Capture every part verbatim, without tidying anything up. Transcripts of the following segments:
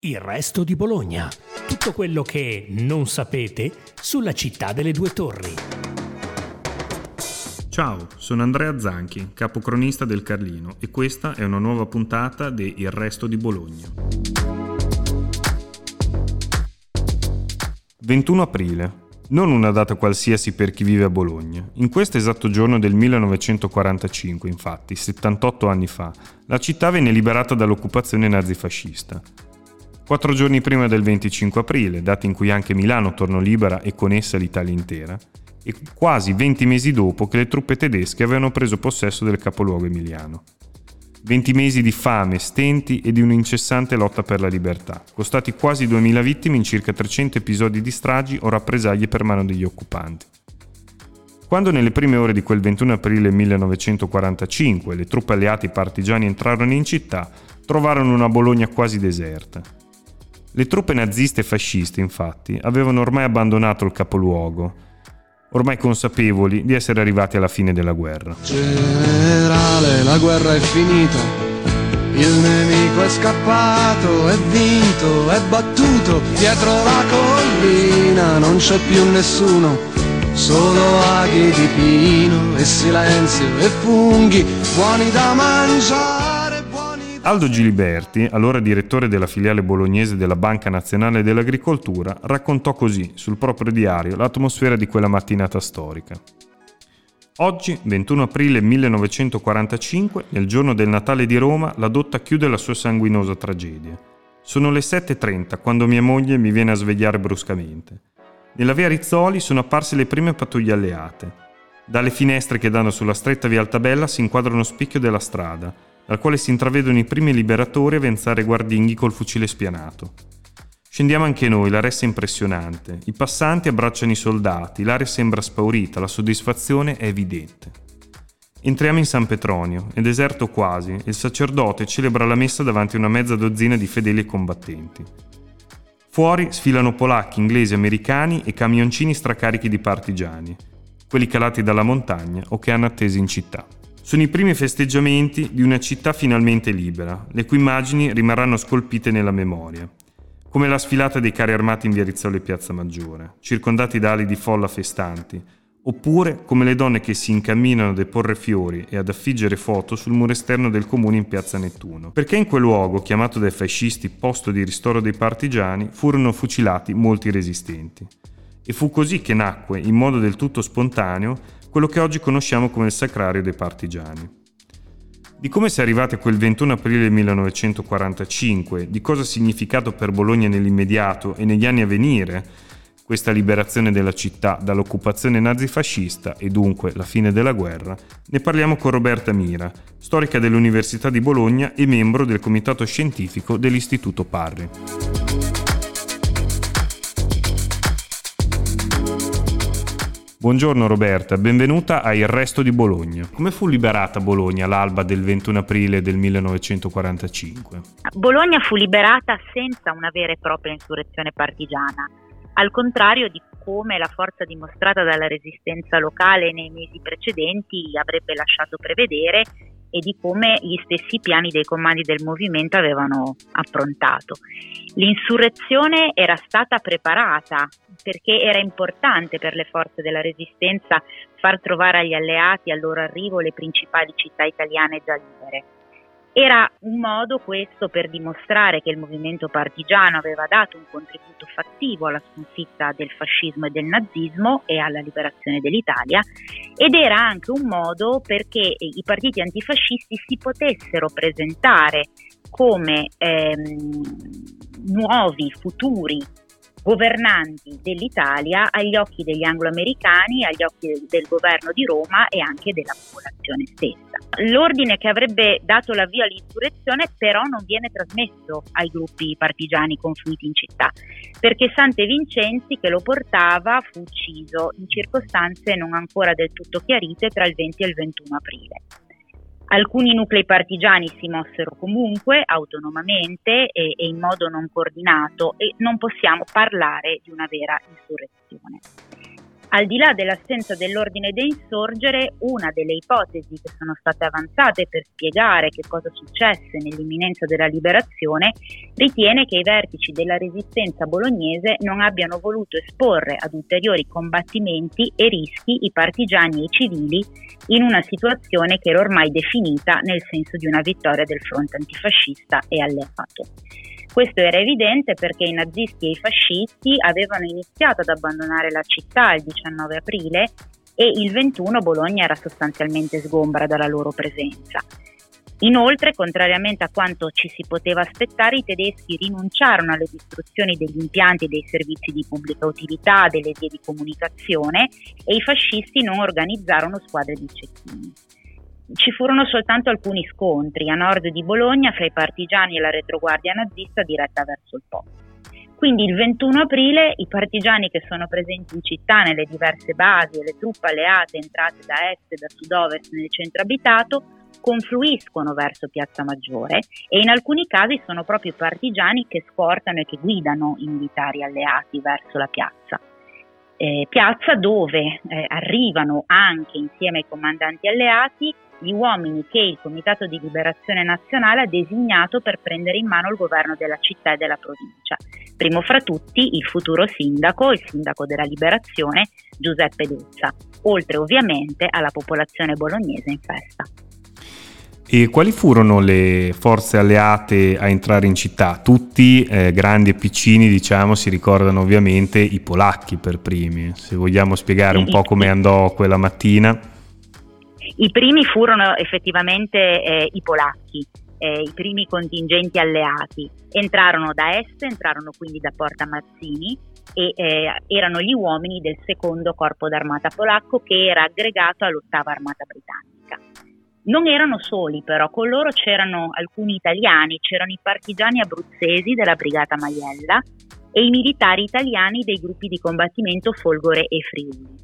Il resto di Bologna. Tutto quello che non sapete sulla città delle due torri. Ciao, sono Andrea Zanchi, capocronista del Carlino, e questa è una nuova puntata di Il resto di Bologna. ventuno aprile. Non una data qualsiasi per chi vive a Bologna. In questo esatto giorno del millenovecentoquarantacinque, infatti, settantotto anni fa, la città venne liberata dall'occupazione nazifascista. Quattro giorni prima del venticinque aprile, data in cui anche Milano tornò libera e con essa l'Italia intera, e quasi venti mesi dopo che le truppe tedesche avevano preso possesso del capoluogo emiliano. venti mesi di fame, stenti e di un'incessante lotta per la libertà, costati quasi duemila vittime in circa trecento episodi di stragi o rappresaglie per mano degli occupanti. Quando nelle prime ore di quel ventuno aprile millenovecentoquarantacinque le truppe alleate e partigiani entrarono in città, trovarono una Bologna quasi deserta. Le truppe naziste e fasciste, infatti, avevano ormai abbandonato il capoluogo, ormai consapevoli di essere arrivati alla fine della guerra. Generale, la guerra è finita, il nemico è scappato, è vinto, è battuto, dietro la collina non c'è più nessuno, solo aghi di pino e silenzio e funghi, buoni da mangiare. Aldo Giliberti, allora direttore della filiale bolognese della Banca Nazionale dell'Agricoltura, raccontò così sul proprio diario l'atmosfera di quella mattinata storica. Oggi, ventuno aprile millenovecentoquarantacinque, nel giorno del Natale di Roma, la Dotta chiude la sua sanguinosa tragedia. Sono le sette e trenta quando mia moglie mi viene a svegliare bruscamente. Nella via Rizzoli sono apparse le prime pattuglie alleate. Dalle finestre che danno sulla stretta via Altabella si inquadra uno spicchio della strada, dal quale si intravedono i primi liberatori avanzare guardinghi col fucile spianato. Scendiamo anche noi, la ressa è impressionante. I passanti abbracciano i soldati, l'aria sembra spaurita, la soddisfazione è evidente. Entriamo in San Petronio, è deserto quasi, e il sacerdote celebra la messa davanti a una mezza dozzina di fedeli e combattenti. Fuori sfilano polacchi, inglesi, americani e camioncini stracarichi di partigiani, quelli calati dalla montagna o che hanno attesi in città. Sono i primi festeggiamenti di una città finalmente libera, le cui immagini rimarranno scolpite nella memoria, come la sfilata dei carri armati in via Rizzoli e Piazza Maggiore, circondati da ali di folla festanti, oppure come le donne che si incamminano a deporre fiori e ad affiggere foto sul muro esterno del comune in Piazza Nettuno, perché in quel luogo, chiamato dai fascisti posto di ristoro dei partigiani, furono fucilati molti resistenti. E fu così che nacque, in modo del tutto spontaneo, quello che oggi conosciamo come il Sacrario dei Partigiani. Di come si è arrivati a quel ventuno aprile millenovecentoquarantacinque, di cosa ha significato per Bologna nell'immediato e negli anni a venire questa liberazione della città dall'occupazione nazifascista e dunque la fine della guerra, ne parliamo con Roberta Mira, storica dell'Università di Bologna e membro del comitato scientifico dell'Istituto Parri. Buongiorno Roberta, benvenuta a Il resto di Bologna. Come fu liberata Bologna all'alba del ventuno aprile del millenovecentoquarantacinque? Bologna fu liberata senza una vera e propria insurrezione partigiana, al contrario di come la forza dimostrata dalla resistenza locale nei mesi precedenti avrebbe lasciato prevedere e di come gli stessi piani dei comandi del movimento avevano approntato. L'insurrezione era stata preparata perché era importante per le forze della resistenza far trovare agli alleati al loro arrivo le principali città italiane già libere. Era un modo questo per dimostrare che il movimento partigiano aveva dato un contributo fattivo alla sconfitta del fascismo e del nazismo e alla liberazione dell'Italia, ed era anche un modo perché i partiti antifascisti si potessero presentare come ehm, nuovi futuri governanti dell'Italia agli occhi degli anglo-americani, agli occhi del governo di Roma e anche della popolazione stessa. L'ordine che avrebbe dato l'avvio all'insurrezione però non viene trasmesso ai gruppi partigiani confluiti in città, perché Sante Vincenzi, che lo portava, fu ucciso in circostanze non ancora del tutto chiarite tra il venti e il ventuno aprile. Alcuni nuclei partigiani si mossero comunque, autonomamente e, e in modo non coordinato, e non possiamo parlare di una vera insurrezione. Al di là dell'assenza dell'ordine da insorgere, una delle ipotesi che sono state avanzate per spiegare che cosa successe nell'imminenza della liberazione ritiene che i vertici della resistenza bolognese non abbiano voluto esporre ad ulteriori combattimenti e rischi i partigiani e i civili in una situazione che era ormai definita nel senso di una vittoria del fronte antifascista e alleato. Questo era evidente perché i nazisti e i fascisti avevano iniziato ad abbandonare la città il diciannove aprile e il ventuno Bologna era sostanzialmente sgombra dalla loro presenza. Inoltre, contrariamente a quanto ci si poteva aspettare, i tedeschi rinunciarono alle distruzioni degli impianti e dei servizi di pubblica utilità, delle vie di comunicazione, e i fascisti non organizzarono squadre di cecchini. Ci furono soltanto alcuni scontri a nord di Bologna fra i partigiani e la retroguardia nazista diretta verso il Po. Quindi il ventuno aprile i partigiani che sono presenti in città nelle diverse basi e le truppe alleate entrate da est e da sud-ovest nel centro abitato confluiscono verso Piazza Maggiore e in alcuni casi sono proprio i partigiani che scortano e che guidano i militari alleati verso la piazza. Eh, piazza dove eh, arrivano anche insieme ai comandanti alleati gli uomini che il Comitato di Liberazione Nazionale ha designato per prendere in mano il governo della città e della provincia. Primo fra tutti il futuro sindaco, il sindaco della Liberazione, Giuseppe Duzza, oltre ovviamente alla popolazione bolognese in festa. E quali furono le forze alleate a entrare in città? Tutti, eh, grandi e piccini, diciamo, si ricordano ovviamente i polacchi per primi. Se vogliamo spiegare un po' come andò quella mattina. I primi furono effettivamente eh, i polacchi, eh, i primi contingenti alleati. Entrarono da est, entrarono quindi da Porta Mazzini e eh, erano gli uomini del secondo corpo d'armata polacco che era aggregato all'ottava armata britannica. Non erano soli però, con loro c'erano alcuni italiani, c'erano i partigiani abruzzesi della Brigata Maiella e i militari italiani dei gruppi di combattimento Folgore e Friuli.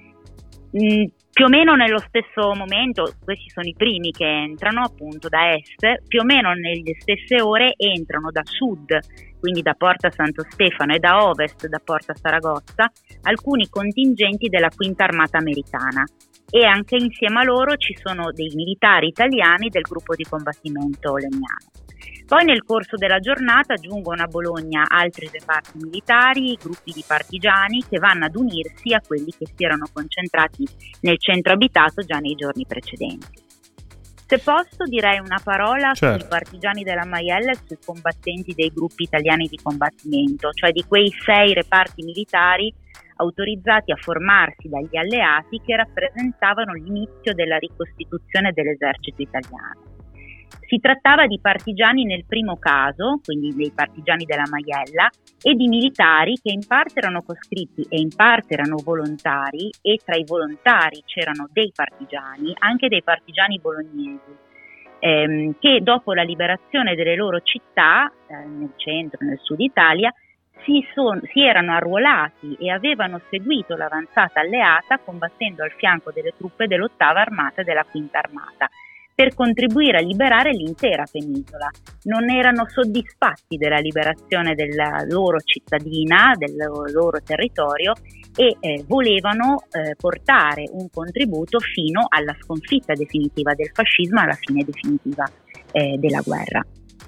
Mm, più o meno nello stesso momento, questi sono i primi che entrano appunto da est, più o meno nelle stesse ore entrano da sud, quindi da Porta Santo Stefano, e da ovest, da Porta Saragozza, alcuni contingenti della Quinta Armata Americana. E anche insieme a loro ci sono dei militari italiani del gruppo di combattimento Legnano. Poi nel corso della giornata giungono a Bologna altri reparti militari, gruppi di partigiani che vanno ad unirsi a quelli che si erano concentrati nel centro abitato già nei giorni precedenti. Se posso direi una parola certo. sui partigiani della Maiella e sui combattenti dei gruppi italiani di combattimento, cioè di quei sei reparti militari autorizzati a formarsi dagli alleati che rappresentavano l'inizio della ricostituzione dell'esercito italiano. Si trattava di partigiani nel primo caso, quindi dei partigiani della Maiella, e di militari che in parte erano coscritti e in parte erano volontari, e tra i volontari c'erano dei partigiani, anche dei partigiani bolognesi, ehm, che dopo la liberazione delle loro città, eh, nel centro e nel sud Italia, Si, son, si erano arruolati e avevano seguito l'avanzata alleata combattendo al fianco delle truppe dell'ottava armata e della quinta armata per contribuire a liberare l'intera penisola. Non erano soddisfatti della liberazione della loro cittadina, del loro territorio e eh, volevano eh, portare un contributo fino alla sconfitta definitiva del fascismo e alla fine definitiva eh, della guerra.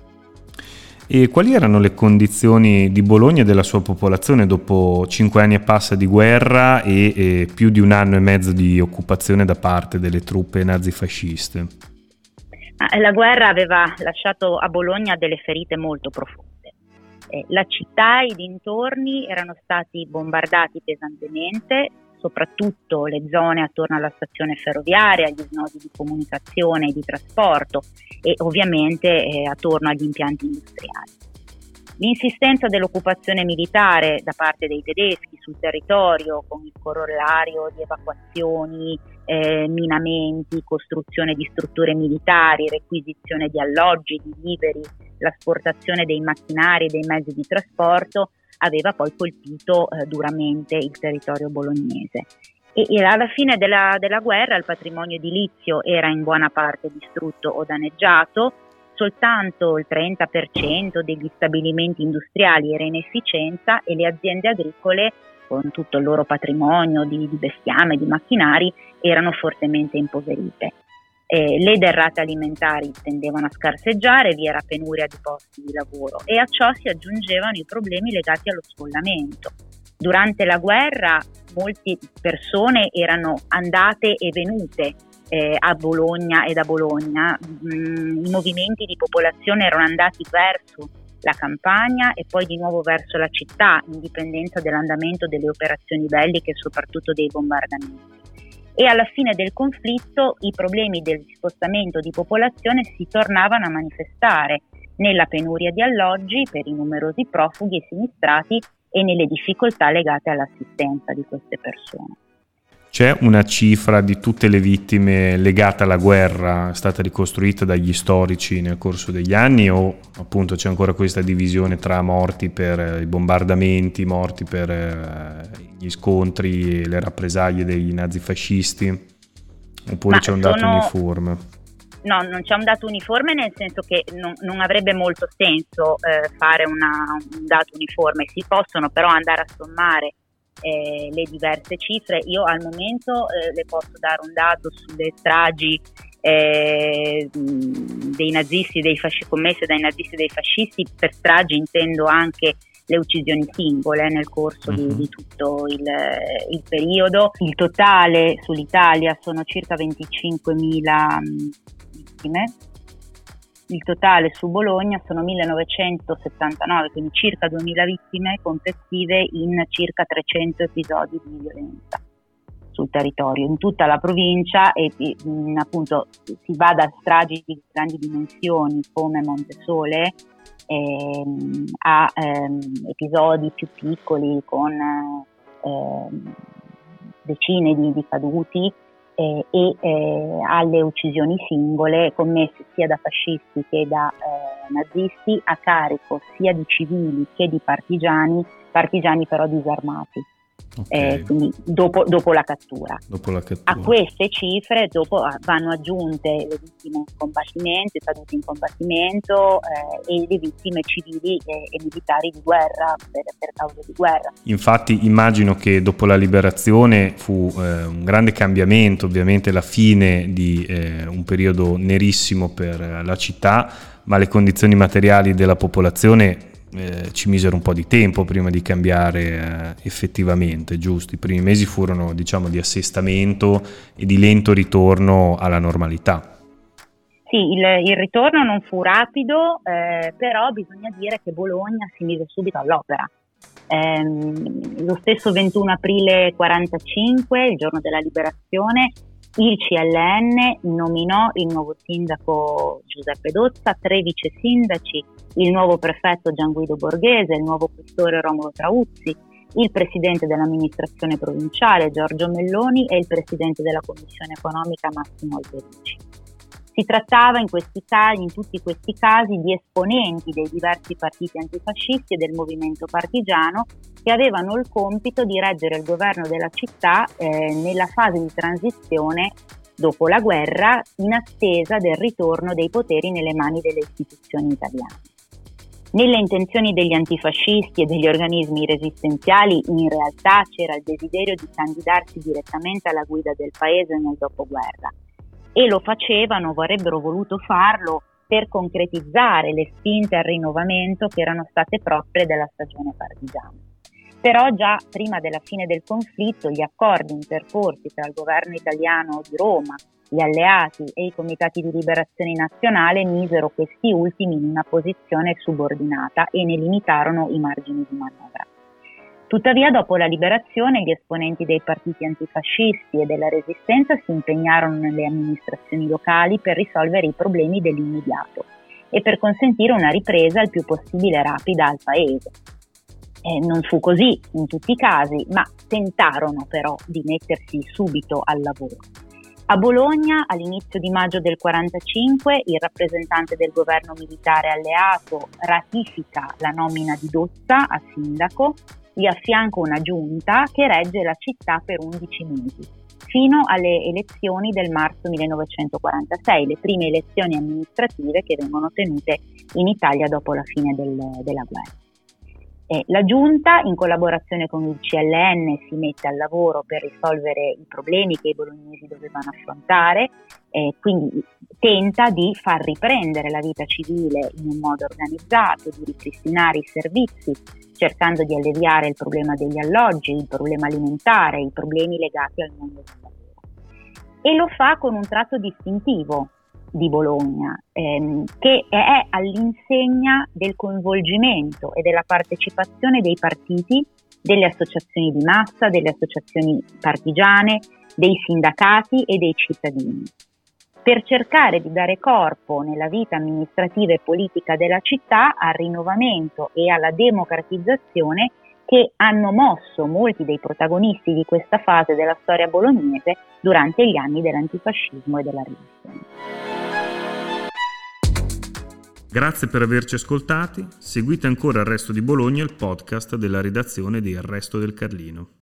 E quali erano le condizioni di Bologna e della sua popolazione dopo cinque anni e passa di guerra e, e più di un anno e mezzo di occupazione da parte delle truppe nazifasciste? La guerra aveva lasciato a Bologna delle ferite molto profonde. Eh, la città e i dintorni erano stati bombardati pesantemente, soprattutto le zone attorno alla stazione ferroviaria, gli snodi di comunicazione e di trasporto e ovviamente eh, attorno agli impianti industriali. L'insistenza dell'occupazione militare da parte dei tedeschi sul territorio, con il corollario di evacuazioni, eh, minamenti, costruzione di strutture militari, requisizione di alloggi, di viveri, l'asportazione dei macchinari e dei mezzi di trasporto, aveva poi colpito eh, duramente il territorio bolognese. E, e alla fine della, della guerra il patrimonio edilizio era in buona parte distrutto o danneggiato, soltanto il trenta per cento degli stabilimenti industriali era in efficienza e le aziende agricole con tutto il loro patrimonio di, di bestiame, di macchinari, erano fortemente impoverite. Eh, le derrate alimentari tendevano a scarseggiare, vi era penuria di posti di lavoro e a ciò si aggiungevano i problemi legati allo sfollamento. Durante la guerra molte persone erano andate e venute eh, a Bologna e da Bologna, mm, i movimenti di popolazione erano andati verso la campagna e poi di nuovo verso la città, in dipendenza dell'andamento delle operazioni belliche e soprattutto dei bombardamenti. E alla fine del conflitto i problemi del spostamento di popolazione si tornavano a manifestare nella penuria di alloggi per i numerosi profughi e sinistrati e nelle difficoltà legate all'assistenza di queste persone. C'è una cifra di tutte le vittime legate alla guerra stata ricostruita dagli storici nel corso degli anni, o appunto c'è ancora questa divisione tra morti per i bombardamenti, morti per gli scontri e le rappresaglie dei nazifascisti, oppure Ma c'è un sono... dato uniforme? No, non c'è un dato uniforme, nel senso che non, non avrebbe molto senso eh, fare una, un dato uniforme. Si possono però andare a sommare eh, le diverse cifre. Io al momento eh, le posso dare un dato sulle stragi eh, dei nazisti, dei fasci- commesse dai nazisti e dei fascisti. Per stragi intendo anche le uccisioni singole nel corso uh-huh. di, di tutto il, il periodo. Il totale sull'Italia sono circa venticinquemila vittime, il totale su Bologna sono millenovecentosettantanove, quindi circa duemila vittime complessive in circa trecento episodi di violenza sul territorio, in tutta la provincia, e mh, appunto si va da stragi di grandi dimensioni come Montesole ehm, a ehm, episodi più piccoli con ehm, decine di, di caduti eh, e eh, alle uccisioni singole commesse sia da fascisti che da eh, nazisti a carico sia di civili che di partigiani, partigiani però disarmati. Okay. Eh, quindi dopo, dopo, la cattura. dopo la cattura a queste cifre dopo vanno aggiunte le vittime in combattimento, i caduti in combattimento eh, e le vittime civili e, e militari di guerra per, per causa di guerra. Infatti immagino che dopo la liberazione fu eh, un grande cambiamento, ovviamente la fine di eh, un periodo nerissimo per la città, ma le condizioni materiali della popolazione Eh, ci misero un po' di tempo prima di cambiare eh, effettivamente, giusto? I primi mesi furono, diciamo, di assestamento e di lento ritorno alla normalità. Sì, il, il ritorno non fu rapido, eh, però bisogna dire che Bologna si mise subito all'opera. Eh, lo stesso ventuno aprile quarantacinque, il giorno della liberazione, il C L N nominò il nuovo sindaco Giuseppe Dozza, tre vice sindaci, il nuovo prefetto Gian Guido Borghese, il nuovo questore Romolo Trauzzi, il presidente dell'amministrazione provinciale Giorgio Melloni e il presidente della commissione economica Massimo Alberici. Si trattava in questi casi, in tutti questi casi, di esponenti dei diversi partiti antifascisti e del movimento partigiano che avevano il compito di reggere il governo della città eh, nella fase di transizione dopo la guerra, in attesa del ritorno dei poteri nelle mani delle istituzioni italiane. Nelle intenzioni degli antifascisti e degli organismi resistenziali in realtà c'era il desiderio di candidarsi direttamente alla guida del paese nel dopoguerra, e lo facevano, vorrebbero voluto farlo per concretizzare le spinte al rinnovamento che erano state proprie della stagione partigiana. Però già prima della fine del conflitto gli accordi intercorsi tra il governo italiano di Roma, gli alleati e i comitati di liberazione nazionale misero questi ultimi in una posizione subordinata e ne limitarono i margini di manovra. Tuttavia, dopo la liberazione, gli esponenti dei partiti antifascisti e della resistenza si impegnarono nelle amministrazioni locali per risolvere i problemi dell'immediato e per consentire una ripresa il più possibile rapida al paese. Eh, non fu così in tutti i casi, ma tentarono però di mettersi subito al lavoro. A Bologna, all'inizio di maggio del quarantacinque, il rappresentante del governo militare alleato ratifica la nomina di Dozza a sindaco, gli affianca una giunta che regge la città per undici mesi, fino alle elezioni del marzo millenovecentoquarantasei, le prime elezioni amministrative che vengono tenute in Italia dopo la fine del, della guerra. Eh, la Giunta, in collaborazione con il C L N, si mette al lavoro per risolvere i problemi che i bolognesi dovevano affrontare, eh, quindi tenta di far riprendere la vita civile in un modo organizzato, di ripristinare i servizi, cercando di alleviare il problema degli alloggi, il problema alimentare, i problemi legati al mondo del lavoro. E lo fa con un tratto distintivo di Bologna, ehm, che è all'insegna del coinvolgimento e della partecipazione dei partiti, delle associazioni di massa, delle associazioni partigiane, dei sindacati e dei cittadini, per cercare di dare corpo nella vita amministrativa e politica della città al rinnovamento e alla democratizzazione che hanno mosso molti dei protagonisti di questa fase della storia bolognese durante gli anni dell'antifascismo e della rivoluzione. Grazie per averci ascoltati, seguite ancora Il Resto di Bologna, il podcast della redazione di Il Resto del Carlino.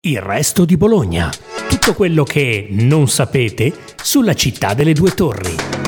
Il resto di Bologna. Tutto quello che non sapete sulla città delle due torri.